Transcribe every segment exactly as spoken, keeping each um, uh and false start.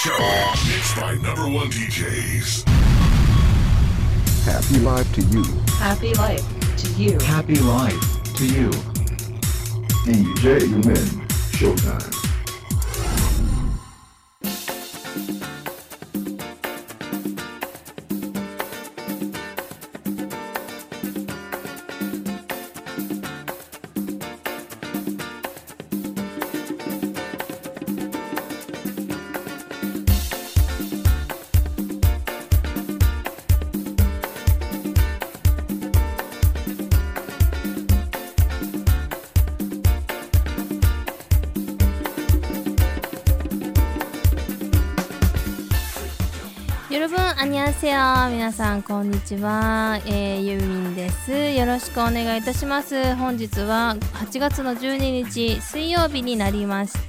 show mixed by number one ディージェーズ. Happy life to you. Happy life to you. Happy life to you. ディージェー Yumin Showtime. よろぶんあにゃんせよ。皆さんこんにちは、えー、ゆみんです。よろしくお願いいたします。本日ははちがつのじゅうににち水曜日になりました。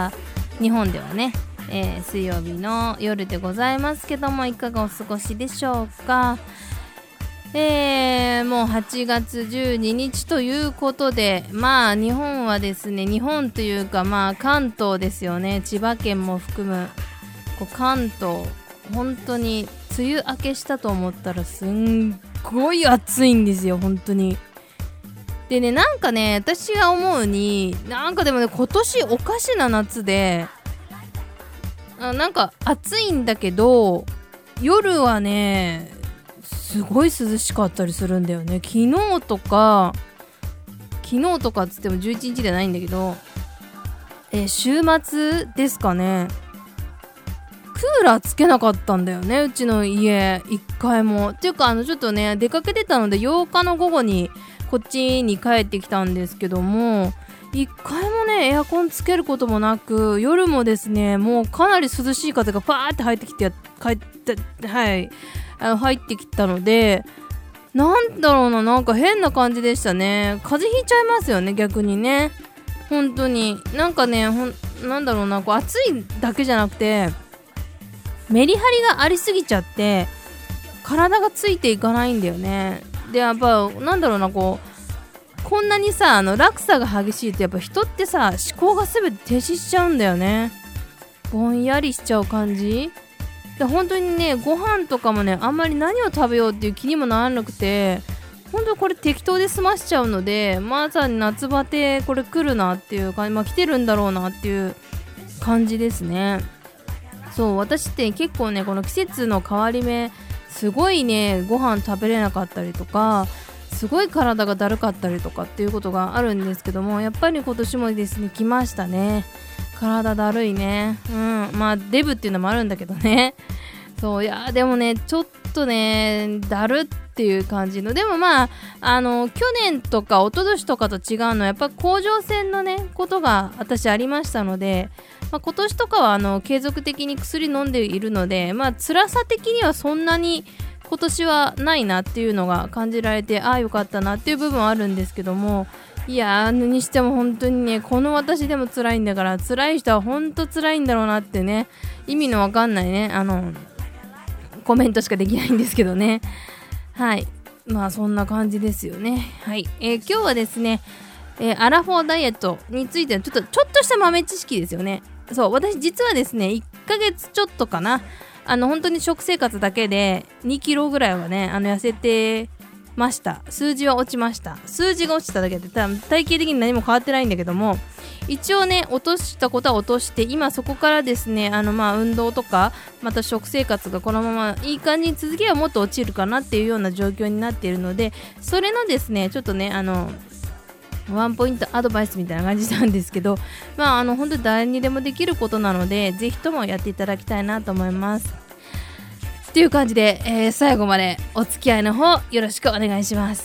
日本ではね、えー、水曜日の夜でございますけども、いかがお過ごしでしょうか。えー、もうはちがつじゅうににちということで、まあ日本はですね、日本というかまあ関東ですよね。千葉県も含むこう関東、本当に梅雨明けしたと思ったらすんごい暑いんですよ、本当に。でね、なんかね、私が思うに、なんかでもね、今年おかしな夏で、あ、なんか暑いんだけど夜はねすごい涼しかったりするんだよね。昨日とか昨日とかっつってもじゅういちにちじゃないんだけど、えー、週末ですかね、クーラーつけなかったんだよね、うちの家一回も。っていうか、あのちょっとね出かけてたのでようかの午後にこっちに帰ってきたんですけども、一回もねエアコンつけることもなく、夜もですねもうかなり涼しい風がパーって入ってきて帰ってはいあの入ってきたので、なんだろうな、なんか変な感じでしたね。風邪ひいちゃいますよね、逆にね。本当になんかね、ほんなんだろうな、こう暑いだけじゃなくてメリハリがありすぎちゃって体がついていかないんだよね。でやっぱなんだろうな、こうこんなにさ、あの落差が激しいとやっぱ人ってさ、思考が全て停止しちゃうんだよね。ぼんやりしちゃう感じで、本当にね、ご飯とかもね、あんまり何を食べようっていう気にもならなくて、本当これ適当で済ましちゃうので、まさに夏バテこれ来るなっていう感じ、まあ来てるんだろうなっていう感じですね。そう、私って結構ね、この季節の変わり目すごいね、ご飯食べれなかったりとか、すごい体がだるかったりとかっていうことがあるんですけども、やっぱり今年もですね来ましたね。体だるいね。うん、まあデブっていうのもあるんだけどね。そう、いやでもね、ちょっとねだるっていう感じの、でもまああの去年とか一昨年とかと違うのはやっぱ甲状腺のねことが私ありましたので、まあ、今年とかはあの継続的に薬飲んでいるので、まあ辛さ的にはそんなに今年はないなっていうのが感じられて、ああよかったなっていう部分はあるんですけども、いやーにしても本当にね、この私でも辛いんだから、辛い人は本当辛いんだろうなってね、意味のわかんないねあのコメントしかできないんですけどね。はい、まあそんな感じですよね。はい、えー、今日はですね、えー、アラフォーダイエットについてちょっとちょっとした豆知識ですよね。そう、私実はですねいっかげつちょっとかな、あの本当に食生活だけでにキロぐらいはね、あの痩せてました。数字は落ちました。数字が落ちただけで多分体型的に何も変わってないんだけども、一応ね落としたことは落として、今そこからですね、あのまあ運動とかまた食生活がこのままいい感じに続けばもっと落ちるかなっていうような状況になっているので、それのですねちょっとねあのワンポイントアドバイスみたいな感じなんですけど、まああの本当に誰にでもできることなので、ぜひともやっていただきたいなと思いますっていう感じで、えー、最後までお付き合いの方よろしくお願いします。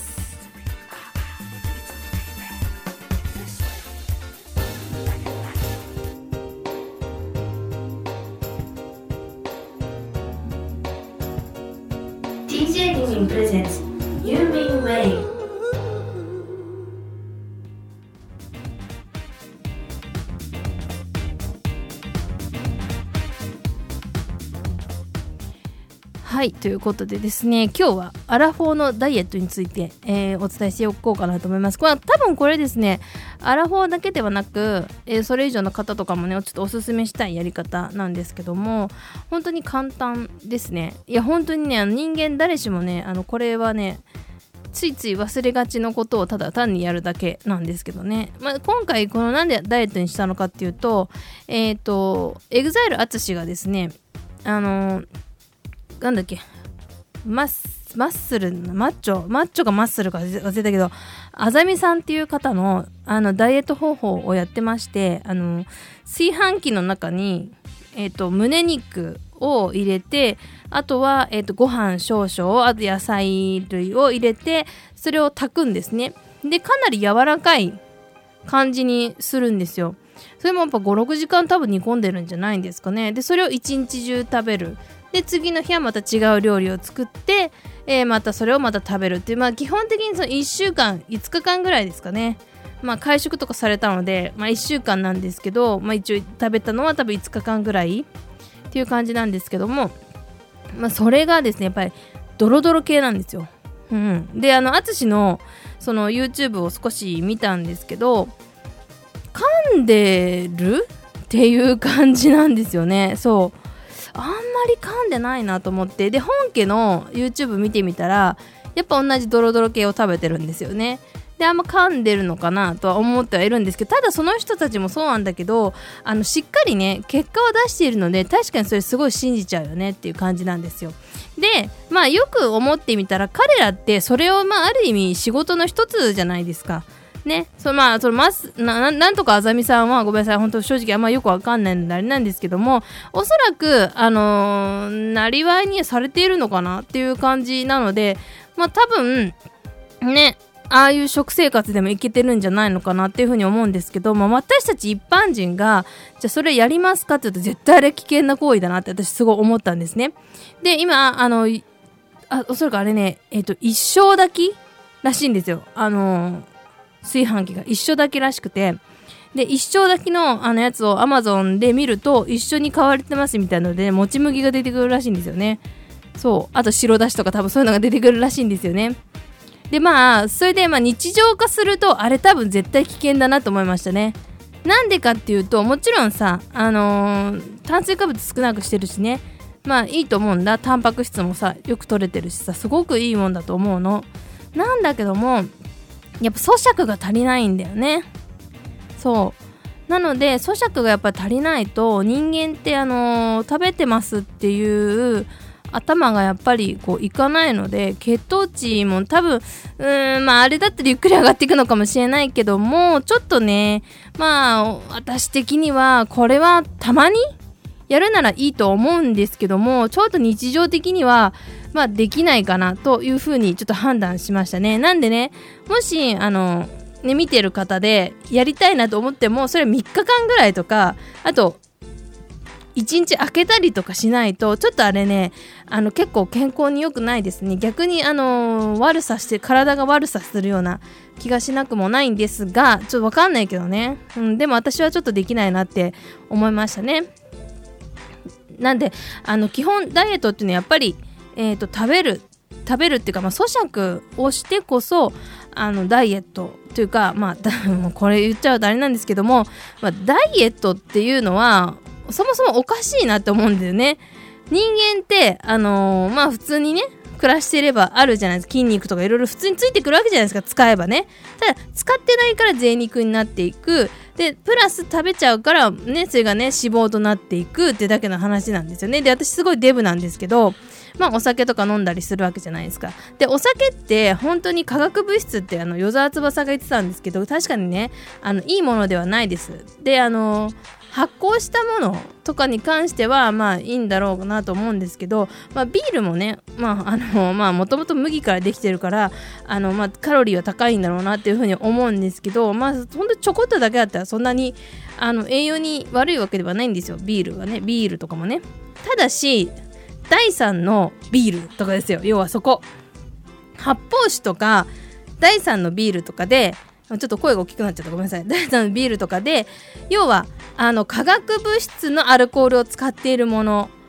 ディージェー ユーミンプレゼンツ ユーミン Way。 ははい、ということでですね、今日はアラフォーのダイエットについて、えー、お伝えしておこうかなと思います。これは多分これですね、アラフォーだけではなく、えー、それ以上の方とかもねちょっとおすすめしたいやり方なんですけども、本当に簡単ですね。いや本当にね、あの人間誰しもね、あのこれはねついつい忘れがちのことをただ単にやるだけなんですけどね、まあ、今回このなんでダイエットにしたのかっていうと、えっとエグザイル淳がですね、あのー、なんだっけマッマッスルマッチョマッチョかマッスルか忘れたけど、あざみさんっていう方のあのダイエット方法をやってまして、あの炊飯器の中に、えー、と胸肉を入れて、あとは、えー、とご飯少々、あと野菜類を入れて、それを炊くんですね。でかなり柔らかい感じにするんですよ。それもやっぱごろくじかん多分煮込んでるんじゃないんですかね。でそれを一日中食べる。で次の日はまた違う料理を作って、えー、またそれをまた食べるっていう、まあ基本的にそのいっしゅうかんいつかかんぐらいですかね。まあ会食とかされたので、まあいっしゅうかんなんですけど、まあ一応食べたのは多分いつかかんぐらいっていう感じなんですけども、まあそれがですねやっぱりドロドロ系なんですよ。うん、であの淳のその YouTube を少し見たんですけど、噛んでるっていう感じなんですよね。そうあんまり噛んでないなと思って、で本家の YouTube 見てみたらやっぱ同じドロドロ系を食べてるんですよね。であんま噛んでるのかなとは思ってはいるんですけど、ただその人たちもそうなんだけど、あのしっかりね結果を出しているので、確かにそれすごい信じちゃうよねっていう感じなんですよ。でまあよく思ってみたら、彼らってそれをまあある意味仕事の一つじゃないですかね。そのまあそのマス な, なんとかあざみさんはごめんなさい、本当正直あんまよくわかんないのであれなんですけども、おそらくあのー、なりわいにされているのかなっていう感じなので、まあ多分ねああいう食生活でもいけてるんじゃないのかなっていうふうに思うんですけど、まあ、私たち一般人がじゃあそれやりますかって言うと絶対あれ危険な行為だなって私すごい思ったんですね。で今あのあおそらくあれね、えっと一升炊きらしいんですよ。あの炊飯器が一升炊きらしくて、で一升炊きのあのやつを Amazon で見ると一緒に買われてますみたいなので、ね、もち麦が出てくるらしいんですよね。そうあと白だしとか多分そういうのが出てくるらしいんですよね。でまあそれでまあ日常化するとあれ多分絶対危険だなと思いましたね。なんでかっていうと、もちろんさあのー、炭水化物少なくしてるしね、まあいいと思うんだ。タンパク質もさよく取れてるしさ、すごくいいもんだと思うの。なんだけどもやっぱ咀嚼が足りないんだよね。そうなので咀嚼がやっぱり足りないと、人間ってあのー、食べてますっていう頭がやっぱりこういかないので、血糖値も多分うーんまああれだったらゆっくり上がっていくのかもしれないけども、ちょっとねまあ私的にはこれはたまにやるならいいと思うんですけども、ちょっと日常的にはまあできないかなというふうにちょっと判断しましたね。なんでね、もしあのね見てる方でやりたいなと思っても、それみっかかんぐらいとか、あといちにち空けたりとかしないと、ちょっとあれねあの結構健康に良くないですね。逆にあの悪さして体が悪さするような気がしなくもないんですが、ちょっとわかんないけどね、うん、でも私はちょっとできないなって思いましたね。なんであの基本ダイエットっていうのはやっぱり、えーと、食べる食べるっていうか、まあ、咀嚼をしてこそあのダイエットというか、まあもうこれ言っちゃうとあれなんですけども、まあ、ダイエットっていうのはそもそもおかしいなって思うんだよね。人間ってあのー、まあ普通にね暮らしていればあるじゃないですか。筋肉とかいろいろ普通についてくるわけじゃないですか、使えばね。ただ使ってないから贅肉になっていく。でプラス食べちゃうからね、それがね脂肪となっていくってだけの話なんですよね。で私すごいデブなんですけど、まあお酒とか飲んだりするわけじゃないですか。でお酒って本当に化学物質ってあの与沢翼が言ってたんですけど、確かにねあのいいものではないです。であの発酵したものとかに関してはまあいいんだろうなと思うんですけど、まあ、ビールもねまああのまあもともと麦からできてるからあのまあカロリーは高いんだろうなっていうふうに思うんですけど、まあほんとちょこっとだけだったらそんなにあの栄養に悪いわけではないんですよ、ビールはね。ビールとかもね。ただしだいさんのビールとかですよ。要はそこ発泡酒とかだいさんのビールとかで、ちょっと声が大きくなっちゃった、ごめんなさい。だいさんのビールとかで要はあの化学物質のアルコールを使っているもの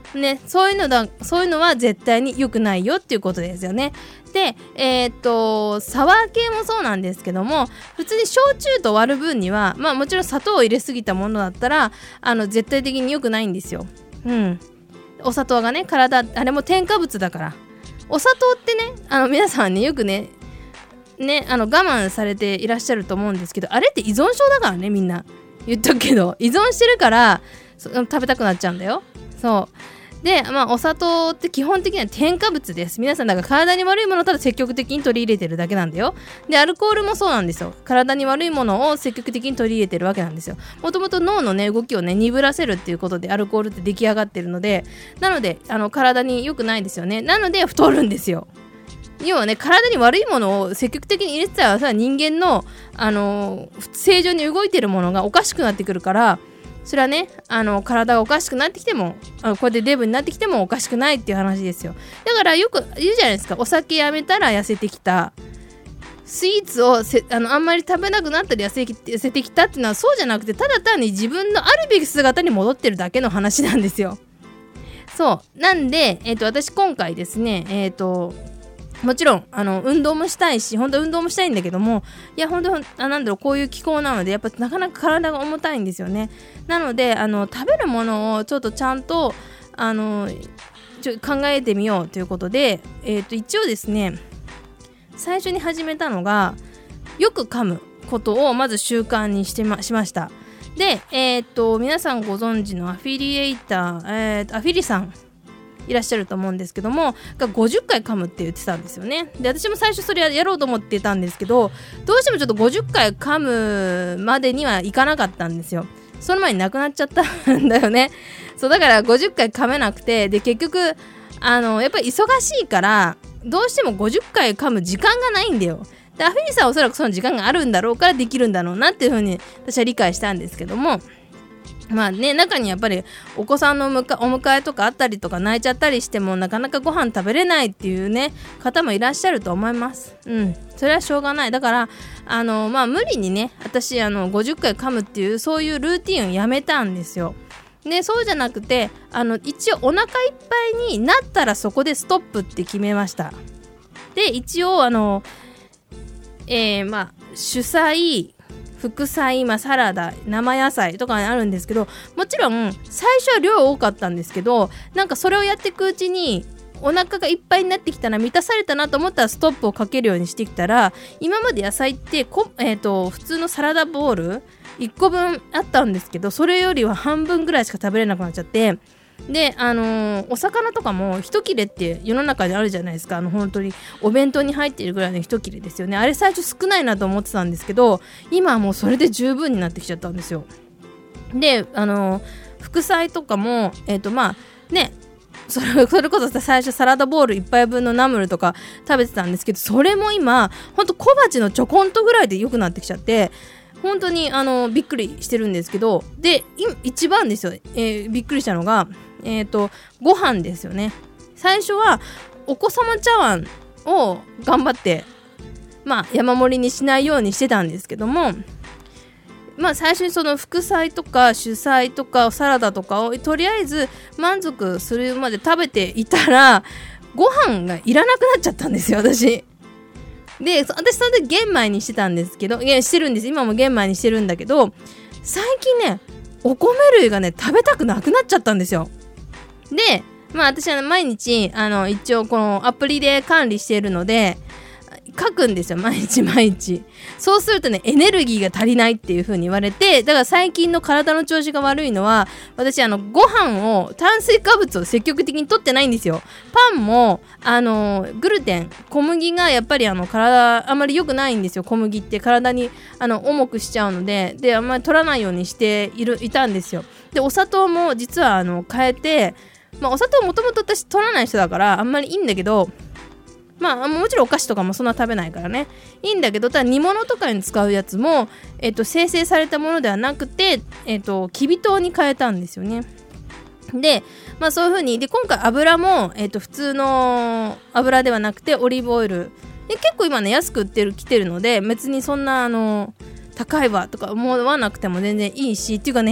ね、そういうのだ、そういうのは絶対に良くないよっていうことですよね。で、えー、っとサワー系もそうなんですけども、普通に焼酎と割る分には、まあもちろん砂糖を入れすぎたものだったらあの絶対的に良くないんですよ。うん。お砂糖がね、体、あれも添加物だから。お砂糖ってね、あの皆さんね、よくねね、あの我慢されていらっしゃると思うんですけど、あれって依存症だからね、みんな言っとくけど、依存してるから食べたくなっちゃうんだよ。そうで、まあお砂糖って基本的には添加物です。皆さんだから体に悪いものをただ積極的に取り入れてるだけなんだよ。でアルコールもそうなんですよ。体に悪いものを積極的に取り入れてるわけなんですよ。もともと脳のね動きをね鈍らせるっていうことでアルコールって出来上がってるので、なのであの体に良くないですよね。なので太るんですよ。要はね、体に悪いものを積極的に入れてたらさ、人間の、あのー、正常に動いてるものがおかしくなってくるから、それはね、あの体がおかしくなってきても、あのこうやってデブになってきてもおかしくないっていう話ですよ。だからよく言うじゃないですか、お酒やめたら痩せてきた、スイーツをせ あ, のあんまり食べなくなったら痩せ痩せてきたっていうのはそうじゃなくて、ただ単に自分のあるべき姿に戻ってるだけの話なんですよ。そうなんで、えーと、私今回ですね、えーともちろんあの運動もしたいし、本当運動もしたいんだけども、いや本当あなんだろう、こういう気候なのでやっぱなかなか体が重たいんですよね。なのであの食べるものをちょっとちゃんとあのちょ考えてみようということで、えーと一応ですね、最初に始めたのがよく噛むことをまず習慣にしてましました。で、えーと皆さんご存知のアフィリエイター、えーとアフィリさんいらっしゃると思うんですけども、がごじゅっかい噛むって言ってたんですよね。で私も最初それやろうと思ってたんですけど、どうしてもちょっとごじゅっかい噛むまでにはいかなかったんですよ。その前に亡くなっちゃったんだよね。そうだからごじゅっかい噛めなくて、で結局あのやっぱり忙しいからどうしてもごじゅっかい噛む時間がないんだよ。でアフィリさんはおそらくその時間があるんだろうからできるんだろうなっていうふうに私は理解したんですけども、まあね、中にやっぱりお子さんのお迎えとかあったりとか泣いちゃったりしてもなかなかご飯食べれないっていうね方もいらっしゃると思います。うん、それはしょうがない。だからあのまあ無理にね、私あのごじゅっかい噛むっていうそういうルーティンをやめたんですよ。でそうじゃなくて、あの一応お腹いっぱいになったらそこでストップって決めました。で一応あのえー、まあ主菜副菜、まあ、サラダ、生野菜とかあるんですけど、もちろん最初は量多かったんですけど、なんかそれをやっていくうちにお腹がいっぱいになってきたら、満たされたなと思ったらストップをかけるようにしてきたら、今まで野菜ってこ、えーと、普通のサラダボウルいっこぶんあったんですけど、それよりは半分ぐらいしか食べれなくなっちゃって、であのー、お魚とかも一切れって世の中にあるじゃないですか。あの本当にお弁当に入っているぐらいの一切れですよね。あれ最初少ないなと思ってたんですけど、今はもうそれで十分になってきちゃったんですよ。であのー、副菜とかもえっとまあねそれ、それこそ最初サラダボウルいっぱいぶんのナムルとか食べてたんですけど、それも今ほんと小鉢のちょこんとぐらいで良くなってきちゃって、本当にあのびっくりしてるんですけど、で一番ですよ、えー、びっくりしたのがえーとご飯ですよね。最初はお子様茶碗を頑張ってまあ山盛りにしないようにしてたんですけども、まあ最初にその副菜とか主菜とかサラダとかをとりあえず満足するまで食べていたら、ご飯がいらなくなっちゃったんですよ、私。で私それで玄米にしてたんですけど、いやしてるんです、今も玄米にしてるんだけど、最近ねお米類がね食べたくなくなっちゃったんですよ。でまあ私は毎日あの一応このアプリで管理しているので書くんですよ、毎日毎日。そうするとねエネルギーが足りないっていう風に言われて、だから最近の体の調子が悪いのは、私あのご飯を炭水化物を積極的に取ってないんですよ。パンもあのグルテン、小麦がやっぱりあの体あんまり良くないんですよ。小麦って体にあの重くしちゃうので、であんまり取らないようにしているいたんですよ。でお砂糖も実はあの変えて、まあお砂糖もともと私取らない人だからあんまりいいんだけど、まあもちろんお菓子とかもそんな食べないからねいいんだけど、ただ煮物とかに使うやつも、えっと、生成されたものではなくて、えっと、きび糖に変えたんですよね。でまあそういう風に、で今回油も、えっと、普通の油ではなくてオリーブオイルで、結構今ね安く売ってる来てるので、別にそんなあの高いわとか思わなくても全然いいし、っていうかね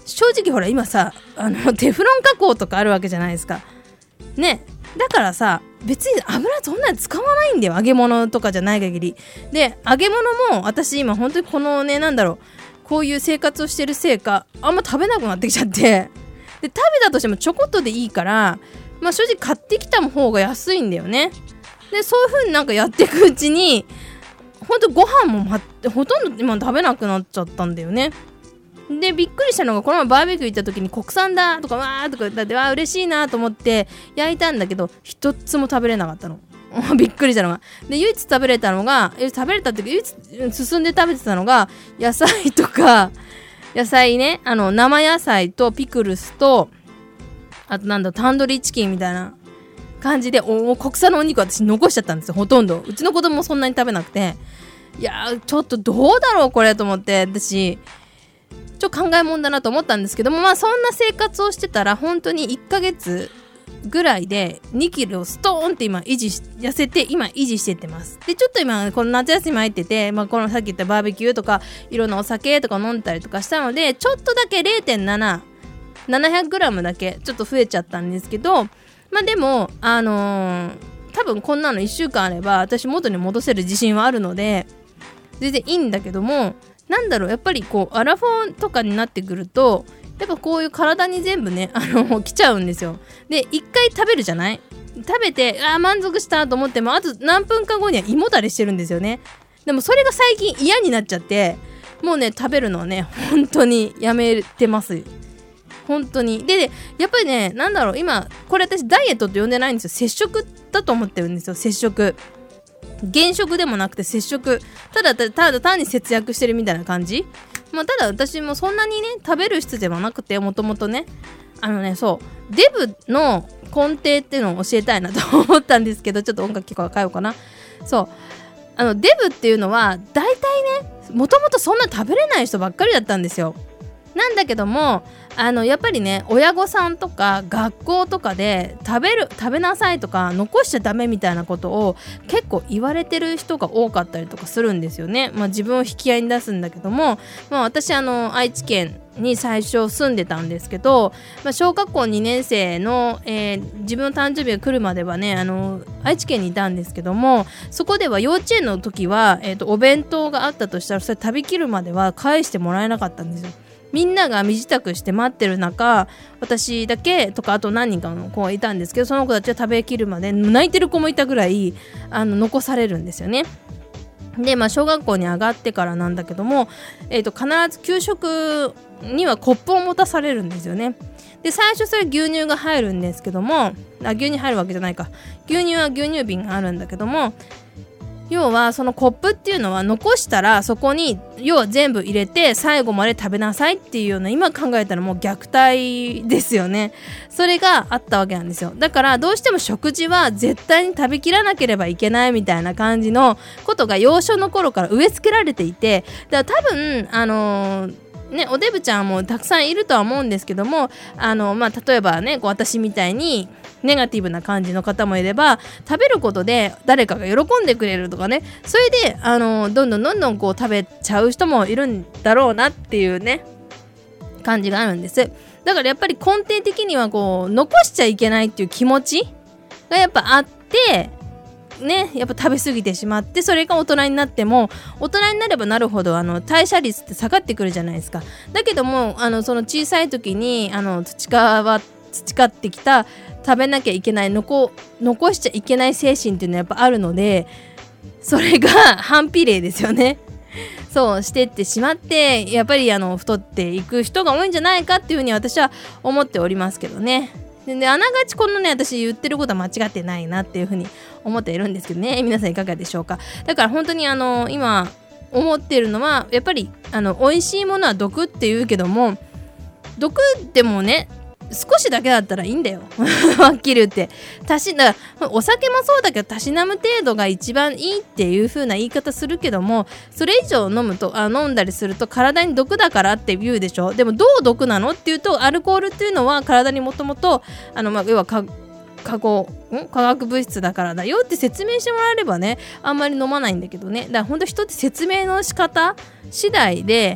正直ほら今さあのテフロン加工とかあるわけじゃないですかね。だからさ別に油そんなに使わないんだよ、揚げ物とかじゃない限りで。揚げ物も私今本当にこのねなんだろうこういう生活をしてるせいかあんま食べなくなってきちゃって、で食べたとしてもちょこっとでいいから、まあ正直買ってきた方が安いんだよね。でそういう風になんかやっていくうちにほんとご飯も、ま、ほとんど今食べなくなっちゃったんだよね。でびっくりしたのがこの前バーベキュー行った時に国産だとかわーとか言ってわー嬉しいなと思って焼いたんだけど一つも食べれなかったのびっくりしたのが。で唯一食べれたのが食べれたっていうか唯一進んで食べてたのが野菜とか野菜ね、あの生野菜とピクルスとあとなんだタンドリーチキンみたいな感じでお国産のお肉私残しちゃったんですよ。ほとんどうちの子供もそんなに食べなくて、いやーちょっとどうだろうこれと思って私ちょっと考えもんだなと思ったんですけども、まあそんな生活をしてたら本当にいっかげつぐらいでにキロストーンって今維持し痩せて今維持してってます。でちょっと今この夏休み入ってて、まあ、このさっき言ったバーベキューとかいろんなお酒とか飲んだりとかしたのでちょっとだけ れいてんなな ななひゃくグラム だけちょっと増えちゃったんですけど、まあでもあのー、多分こんなのいっしゅうかんあれば私元に戻せる自信はあるので全然いいんだけども、なんだろうやっぱりこうアラフォーとかになってくるとやっぱこういう体に全部ねあの来ちゃうんですよ。で一回食べるじゃない、食べてあー満足したと思ってもあと何分か後には胃もたれしてるんですよね。でもそれが最近嫌になっちゃってもうね食べるのはね本当にやめてます本当に。でやっぱりねなんだろう今これ私ダイエットって呼んでないんですよ、節食だと思ってるんですよ。節食減食でもなくて節食、ただただただ単に節約してるみたいな感じ。まあただ私もそんなにね食べる必要はなくてもともとねあのねそうデブの根底っていうのを教えたいなと思ったんですけどちょっと音楽結構変えようかな。そうあのデブっていうのは大体ねもともとそんな食べれない人ばっかりだったんですよ。なんだけどもあのやっぱりね親御さんとか学校とかで食べる食べなさいとか残しちゃダメみたいなことを結構言われてる人が多かったりとかするんですよね。まあ自分を引き合いに出すんだけども、まあ、私あの愛知県に最初住んでたんですけど、まあ、小学校にねん生の、えー、自分の誕生日が来るまではねあの愛知県にいたんですけども、そこでは幼稚園の時は、えーと、お弁当があったとしたらそれ食べきるまでは返してもらえなかったんですよ。みんなが身支度して待ってる中私だけとかあと何人かの子がいたんですけどその子たちは食べきるまで泣いてる子もいたぐらいあの残されるんですよね。でまあ小学校に上がってからなんだけども、えーと必ず給食にはコップを持たされるんですよね。で最初それ牛乳が入るんですけどもあ牛乳入るわけじゃないか牛乳は牛乳瓶があるんだけども要はそのコップっていうのは残したらそこに要は全部入れて最後まで食べなさいっていうような今考えたらもう虐待ですよね。それがあったわけなんですよ。だからどうしても食事は絶対に食べきらなければいけないみたいな感じのことが幼少の頃から植え付けられていて、だから多分あのーね、おデブちゃんもたくさんいるとは思うんですけどもあの、まあ、例えばねこう私みたいにネガティブな感じの方もいれば食べることで誰かが喜んでくれるとかねそれであのどんどんどんどんこう食べちゃう人もいるんだろうなっていうね感じがあるんです。だからやっぱり根底的にはこう残しちゃいけないっていう気持ちがやっぱあってね、やっぱ食べ過ぎてしまってそれが大人になっても大人になればなるほどあの代謝率って下がってくるじゃないですか。だけどもあのその小さい時にあの培わ培ってきた食べなきゃいけない残残しちゃいけない精神っていうのはやっぱあるのでそれが反比例ですよね。そうしてってしまってやっぱりあの太っていく人が多いんじゃないかっていうふうに私は思っておりますけどね。で, であながちこのね私言ってることは間違ってないなっていうふうに思っているんですけどね。皆さんいかがでしょうか。だから本当にあの今思っているのはやっぱりあの美味しいものは毒って言うけども毒でもね少しだけだったらいいんだよはっきり言ってたしだお酒もそうだけどたしなむ程度が一番いいっていう風な言い方するけどもそれ以上飲むとあ飲んだりすると体に毒だからって言うでしょ。でもどう毒なのっていうとアルコールっていうのは体にもともとあのまあ要はか化合ん化学物質だからだよって説明してもらえればねあんまり飲まないんだけどね。だからほんと一つ説明の仕方次第で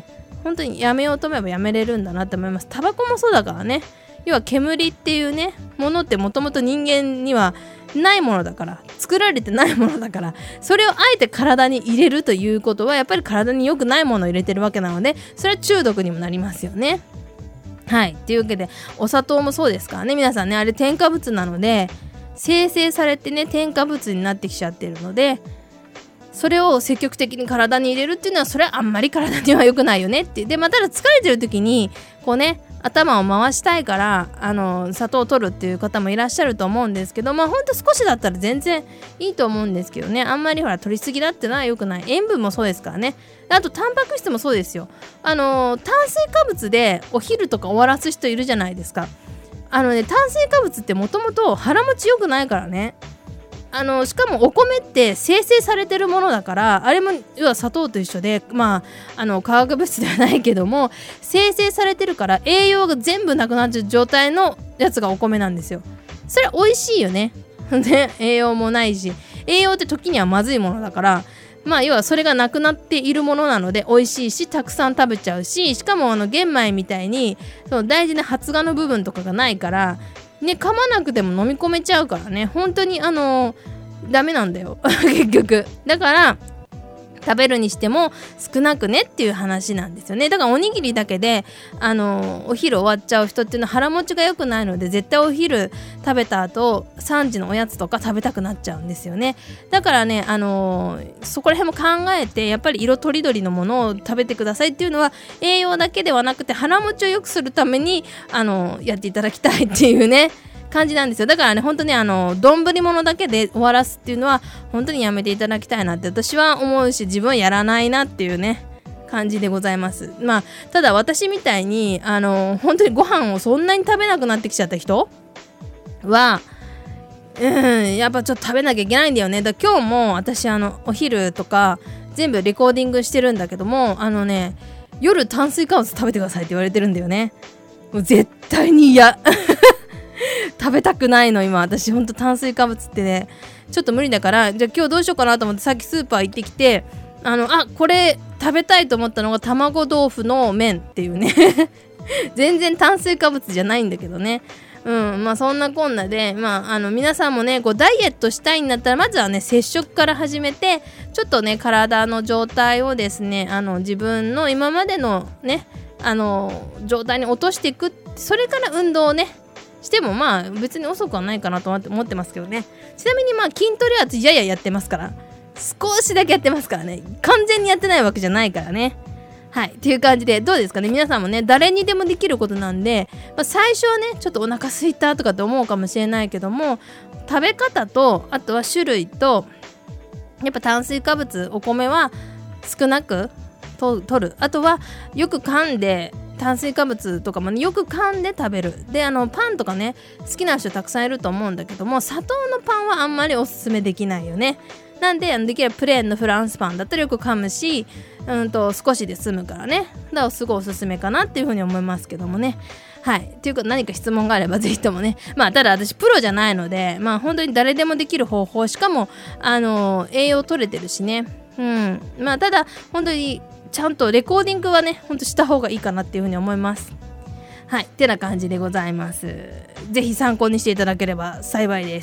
本当にやめようと思えばやめれるんだなって思います。タバコもそうだからね。要は煙っていうねものってもともと人間にはないものだから、作られてないものだから、それをあえて体に入れるということはやっぱり体に良くないものを入れてるわけなので、それは中毒にもなりますよね。はいというわけでお砂糖もそうですからね、皆さんね、あれ添加物なので生成されてね添加物になってきちゃってるので、それを積極的に体に入れるっていうのはそれはあんまり体には良くないよねっていう。でまあ、ただ疲れてる時にこうね頭を回したいからあの砂糖を取るっていう方もいらっしゃると思うんですけど、まあほんと少しだったら全然いいと思うんですけどね、あんまりほら取りすぎだってのは良くない。塩分もそうですからね。あとタンパク質もそうですよ。あの炭水化物でお昼とか終わらす人いるじゃないですか。あのね炭水化物ってもともと腹持ち良くないからね。あのしかもお米って生成されてるものだから、あれも要は砂糖と一緒で、まああの化学物質ではないけども生成されてるから栄養が全部なくなっちゃう状態のやつがお米なんですよ。それは美味しいよね。で栄養もないし、栄養って時にはまずいものだから、まあ要はそれがなくなっているものなので美味しいし、たくさん食べちゃうし、しかもあの玄米みたいにその大事な発芽の部分とかがないからね、噛まなくても飲み込めちゃうからね、本当にあのダメなんだよ結局。だから食べるにしても少なくねっていう話なんですよね。だからおにぎりだけであのお昼終わっちゃう人っていうのは腹持ちが良くないので、絶対お昼食べた後さんじのおやつとか食べたくなっちゃうんですよね。だからねあのそこら辺も考えてやっぱり色とりどりのものを食べてくださいっていうのは、栄養だけではなくて腹持ちを良くするためにあのやっていただきたいっていうね感じなんですよ。だからね本当にあの丼物だけで終わらすっていうのは本当にやめていただきたいなって私は思うし、自分はやらないなっていうね感じでございます。まあただ私みたいにあの本当にご飯をそんなに食べなくなってきちゃった人はうんやっぱちょっと食べなきゃいけないんだよね。だから今日も私あのお昼とか全部レコーディングしてるんだけども、あのね夜炭水化物食べてくださいって言われてるんだよね。もう絶対に嫌食べたくないの今私。ほんと炭水化物ってねちょっと無理だから、じゃあ今日どうしようかなと思ってさっきスーパー行ってきて、あのあこれ食べたいと思ったのが卵豆腐の麺っていうね全然炭水化物じゃないんだけどね。うんまあそんなこんなで、まああの皆さんもねこうダイエットしたいんだったらまずはね節食から始めて、ちょっとね体の状態をですねあの自分の今までのねあの状態に落としていく。それから運動をねしてもまあ別に遅くはないかなと思ってますけどね。ちなみにまあ筋トレはやややってますから、少しだけやってますからね、完全にやってないわけじゃないからね。はいっていう感じでどうですかね、皆さんもね誰にでもできることなんで、まあ、最初はねちょっとお腹空いたとかって思うかもしれないけども、食べ方とあとは種類とやっぱ炭水化物お米は少なくと取る、あとはよく噛んで炭水化物とかも、ね、よく噛んで食べる。であのパンとかね好きな人たくさんいると思うんだけども、砂糖のパンはあんまりおすすめできないよね。なんでできればプレーンのフランスパンだったらよく噛むし、うんと少しで済むからね、だからすごいおすすめかなっていうふうに思いますけどもね。はいっていうか何か質問があればぜひともね、まあただ私プロじゃないので、まあ本当に誰でもできる方法、しかもあの栄養取れてるしね、うんまあただ本当にちゃんとレコーディングはねほんとした方がいいかなっていうふうに思います。はいってな感じでございます。ぜひ参考にしていただければ幸いです。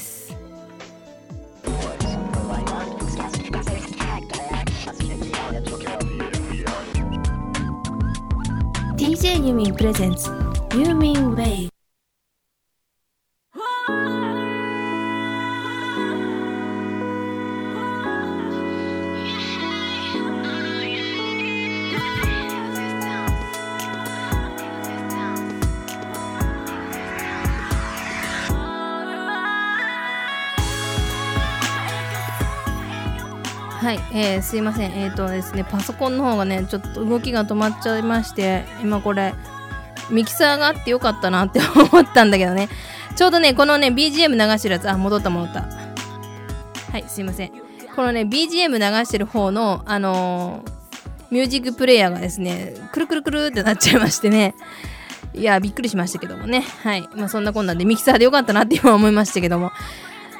ディージェー ユーミンプレゼンツユーミンウェイ。 はい、えー、すいません。えーとですね、パソコンの方がねちょっと動きが止まっちゃいまして、今これミキサーがあってよかったなって思ったんだけどね、ちょうどねこのね ビージーエム 流してるやつ、あ戻った戻ったはいすいません。このね ビージーエム 流してる方のあのー、ミュージックプレイヤーがですねくるくるくるってなっちゃいましてね、いやびっくりしましたけどもね。はいまあそんなこんなんでミキサーでよかったなって今思いましたけども、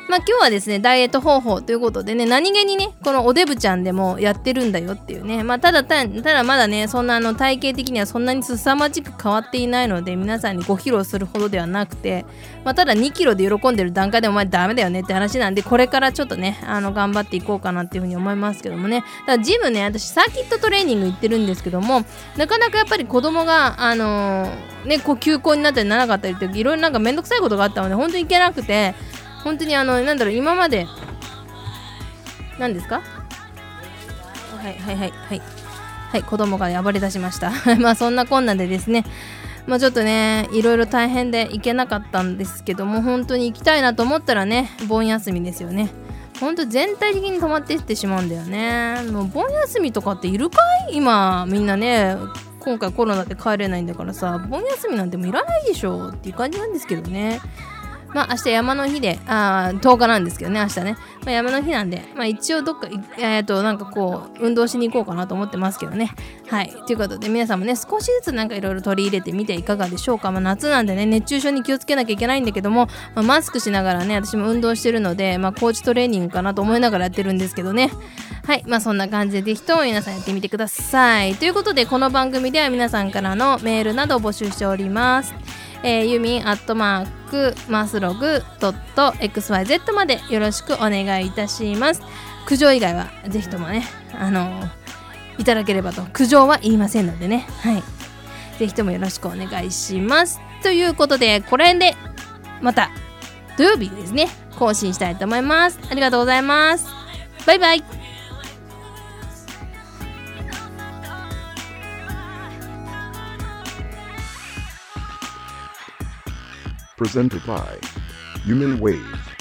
まあ今日はですねダイエット方法ということでね、何気にねこのおデブちゃんでもやってるんだよっていうね、まあただたただまだねそんなあの体型的にはそんなに凄まじく変わっていないので皆さんにご披露するほどではなくて、まあただにキロで喜んでる段階でお前ダメだよねって話なんで、これからちょっとねあの頑張っていこうかなっていうふうに思いますけどもね。だからジムね、私サーキットトレーニング行ってるんですけども、なかなかやっぱり子供があのー、ねこう休校になったりならなかったりっていろいろなんかめんどくさいことがあったので本当に行けなくて、本当にあのなんだろう今まで何ですか、はいはいはいはいはい子供が暴れ出しましたまあそんなこんなでですね、まあちょっとねいろいろ大変で行けなかったんですけども、本当に行きたいなと思ったらね盆休みですよね。本当全体的に止まっていってしまうんだよね。もう盆休みとかっているかい？今みんなね今回コロナで帰れないんだからさ、盆休みなんてもういらないでしょっていう感じなんですけどね。まあ明日山の日で、あーとおかなんですけどね明日ね、まあ、山の日なんで、まあ一応どっかえっとなんかこう運動しに行こうかなと思ってますけどね。はいということで皆さんもね少しずつなんかいろいろ取り入れてみていかがでしょうか。まあ夏なんでね熱中症に気をつけなきゃいけないんだけども、まあ、マスクしながらね私も運動してるので、まあ高地トレーニングかなと思いながらやってるんですけどね。はいまあそんな感じでぜひとも皆さんやってみてください。ということでこの番組では皆さんからのメールなどを募集しております。えー、ユミンアットマークマスログドット エックスワイゼット までよろしくお願いいたします。苦情以外はぜひともねあのー、いただければと。苦情は言いませんのでね、はいぜひともよろしくお願いします。ということでこれでまた土曜日ですね更新したいと思います。ありがとうございます。バイバイ。 Presented by Human Wave.